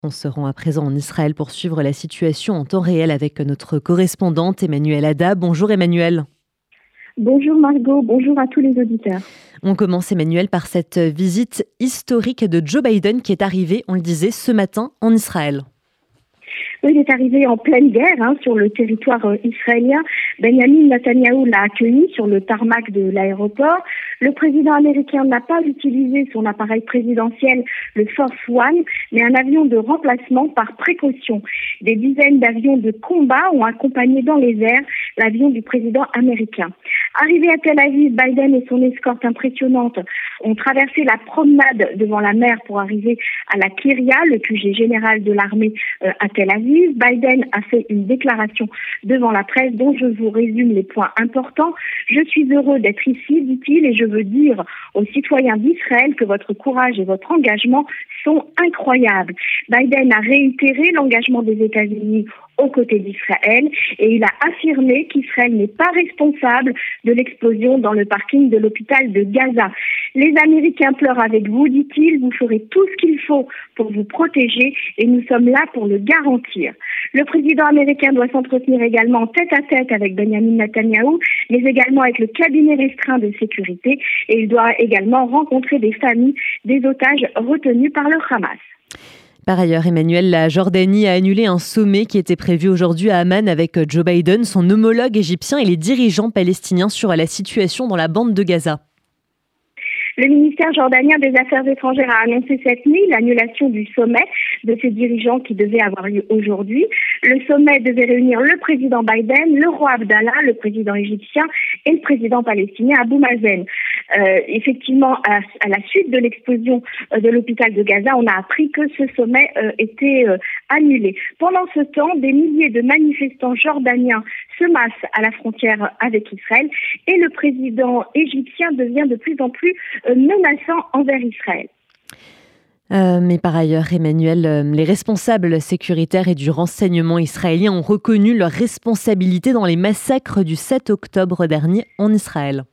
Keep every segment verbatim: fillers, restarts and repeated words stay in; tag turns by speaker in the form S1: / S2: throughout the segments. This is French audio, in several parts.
S1: On se rend à présent en Israël pour suivre la situation en temps réel avec notre correspondante Emmanuelle Ada. Bonjour Emmanuelle.
S2: Bonjour Margot, bonjour à tous les auditeurs.
S1: On commence Emmanuelle par cette visite historique de Joe Biden qui est arrivé, on le disait, ce matin en Israël.
S2: Oui, il est arrivé en pleine guerre hein, sur le territoire euh, israélien. Benjamin Netanyahou l'a accueilli sur le tarmac de l'aéroport. Le président américain n'a pas utilisé son appareil présidentiel, le Force One, mais un avion de remplacement par précaution. Des dizaines d'avions de combat ont accompagné dans les airs l'avion du président américain. Arrivé à Tel Aviv, Biden et son escorte impressionnante ont traversé la promenade devant la mer pour arriver à la Kiria, le Q G général de l'armée euh, à Tel Aviv. Biden a fait une déclaration devant la presse dont je vous résume les points importants. Je suis heureux d'être ici, dit-il, et je veux dire aux citoyens d'Israël que votre courage et votre engagement sont incroyables. Biden a réitéré l'engagement des États-Unis aux côtés d'Israël et il a affirmé qu'Israël n'est pas responsable de l'explosion dans le parking de l'hôpital de Gaza. Les Américains pleurent avec vous, dit-il, vous ferez tout ce qu'il faut pour vous protéger et nous sommes là pour le garantir. Le président américain doit s'entretenir également tête à tête avec Benjamin Netanyahou, mais également avec le cabinet restreint de sécurité et il doit également rencontrer des familles des otages retenus par le Hamas.
S1: Par ailleurs, Emmanuelle, la Jordanie a annulé un sommet qui était prévu aujourd'hui à Amman avec Joe Biden, son homologue égyptien et les dirigeants palestiniens sur la situation dans la bande de Gaza.
S2: Le ministère jordanien des Affaires étrangères a annoncé cette nuit l'annulation du sommet de ses dirigeants qui devait avoir lieu aujourd'hui. Le sommet devait réunir le président Biden, le roi Abdallah, le président égyptien et le président palestinien Abou Mazen. Euh, effectivement, à, à la suite de l'explosion de l'hôpital de Gaza, on a appris que ce sommet euh, était euh, annulé. Pendant ce temps, des milliers de manifestants jordaniens se massent à la frontière avec Israël et le président égyptien devient de plus en plus euh, menaçant envers Israël.
S1: Euh, mais par ailleurs, Emmanuel, euh, les responsables sécuritaires et du renseignement israélien ont reconnu leur responsabilité dans les massacres du sept octobre dernier en Israël.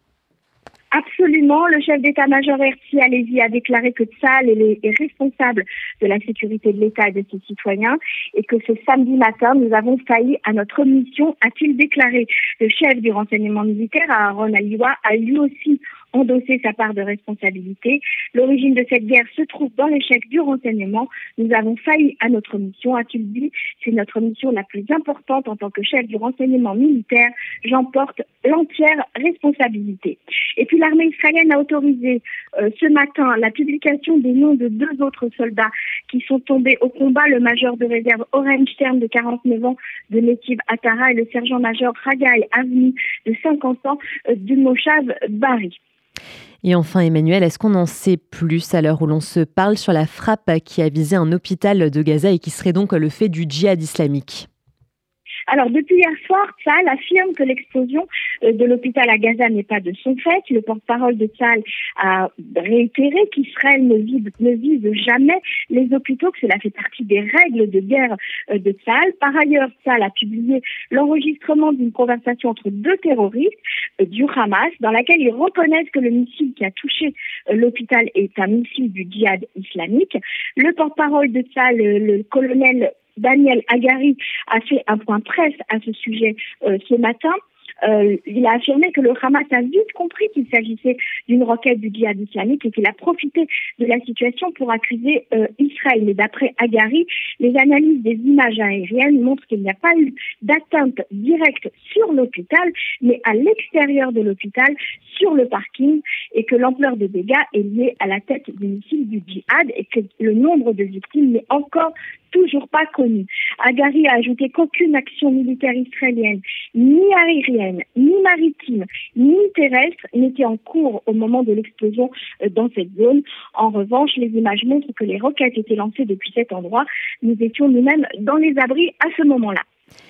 S2: Absolument, le chef d'état-major Herzi Halevi a déclaré que Tsahal est responsable de la sécurité de l'État et de ses citoyens et que ce samedi matin, nous avons failli à notre mission, a-t-il déclaré. Le chef du renseignement militaire, Aaron Aliwa, a lui aussi endosser sa part de responsabilité. L'origine de cette guerre se trouve dans l'échec du renseignement. Nous avons failli à notre mission, a-t-il dit. C'est notre mission la plus importante en tant que chef du renseignement militaire. J'en porte l'entière responsabilité. Et puis l'armée israélienne a autorisé euh, ce matin la publication des noms de deux autres soldats qui sont tombés au combat, le major de réserve Oren Stern de quarante-neuf ans de Netiv Atara et le sergent-major Haggai Avni de cinquante ans euh, du Moshav Bari.
S1: Et enfin, Emmanuel, est-ce qu'on en sait plus à l'heure où l'on se parle sur la frappe qui a visé un hôpital de Gaza et qui serait donc le fait du djihad islamique ?
S2: Alors, depuis hier soir, Tsahal affirme que l'explosion de l'hôpital à Gaza n'est pas de son fait. Le porte-parole de Tsahal a réitéré qu'Israël ne vise, ne vise jamais les hôpitaux, que cela fait partie des règles de guerre de Tsahal. Par ailleurs, Tsahal a publié l'enregistrement d'une conversation entre deux terroristes du Hamas, dans laquelle ils reconnaissent que le missile qui a touché l'hôpital est un missile du djihad islamique. Le porte-parole de Tsahal, le, le colonel Daniel Hagari, a fait un point presse à ce sujet euh, ce matin. Euh, il a affirmé que le Hamas a vite compris qu'il s'agissait d'une requête du djihad islamique et qu'il a profité de la situation pour accuser euh, Israël. Mais d'après Hagari, les analyses des images aériennes montrent qu'il n'y a pas eu d'atteinte directe sur l'hôpital, mais à l'extérieur de l'hôpital, sur le parking, et que l'ampleur des dégâts est liée à la tête du missile du djihad et que le nombre de victimes n'est encore toujours pas connu. Hagari a ajouté qu'aucune action militaire israélienne, ni aérienne, ni maritime, ni terrestre n'était en cours au moment de l'explosion dans cette zone. En revanche, les images montrent que les roquettes étaient lancées depuis cet endroit. Nous étions nous-mêmes dans les abris à ce moment-là.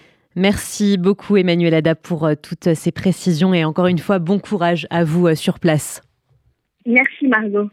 S1: Merci beaucoup Emmanuelle Ada pour toutes ces précisions et encore une fois, bon courage à vous sur place.
S2: Merci Margot.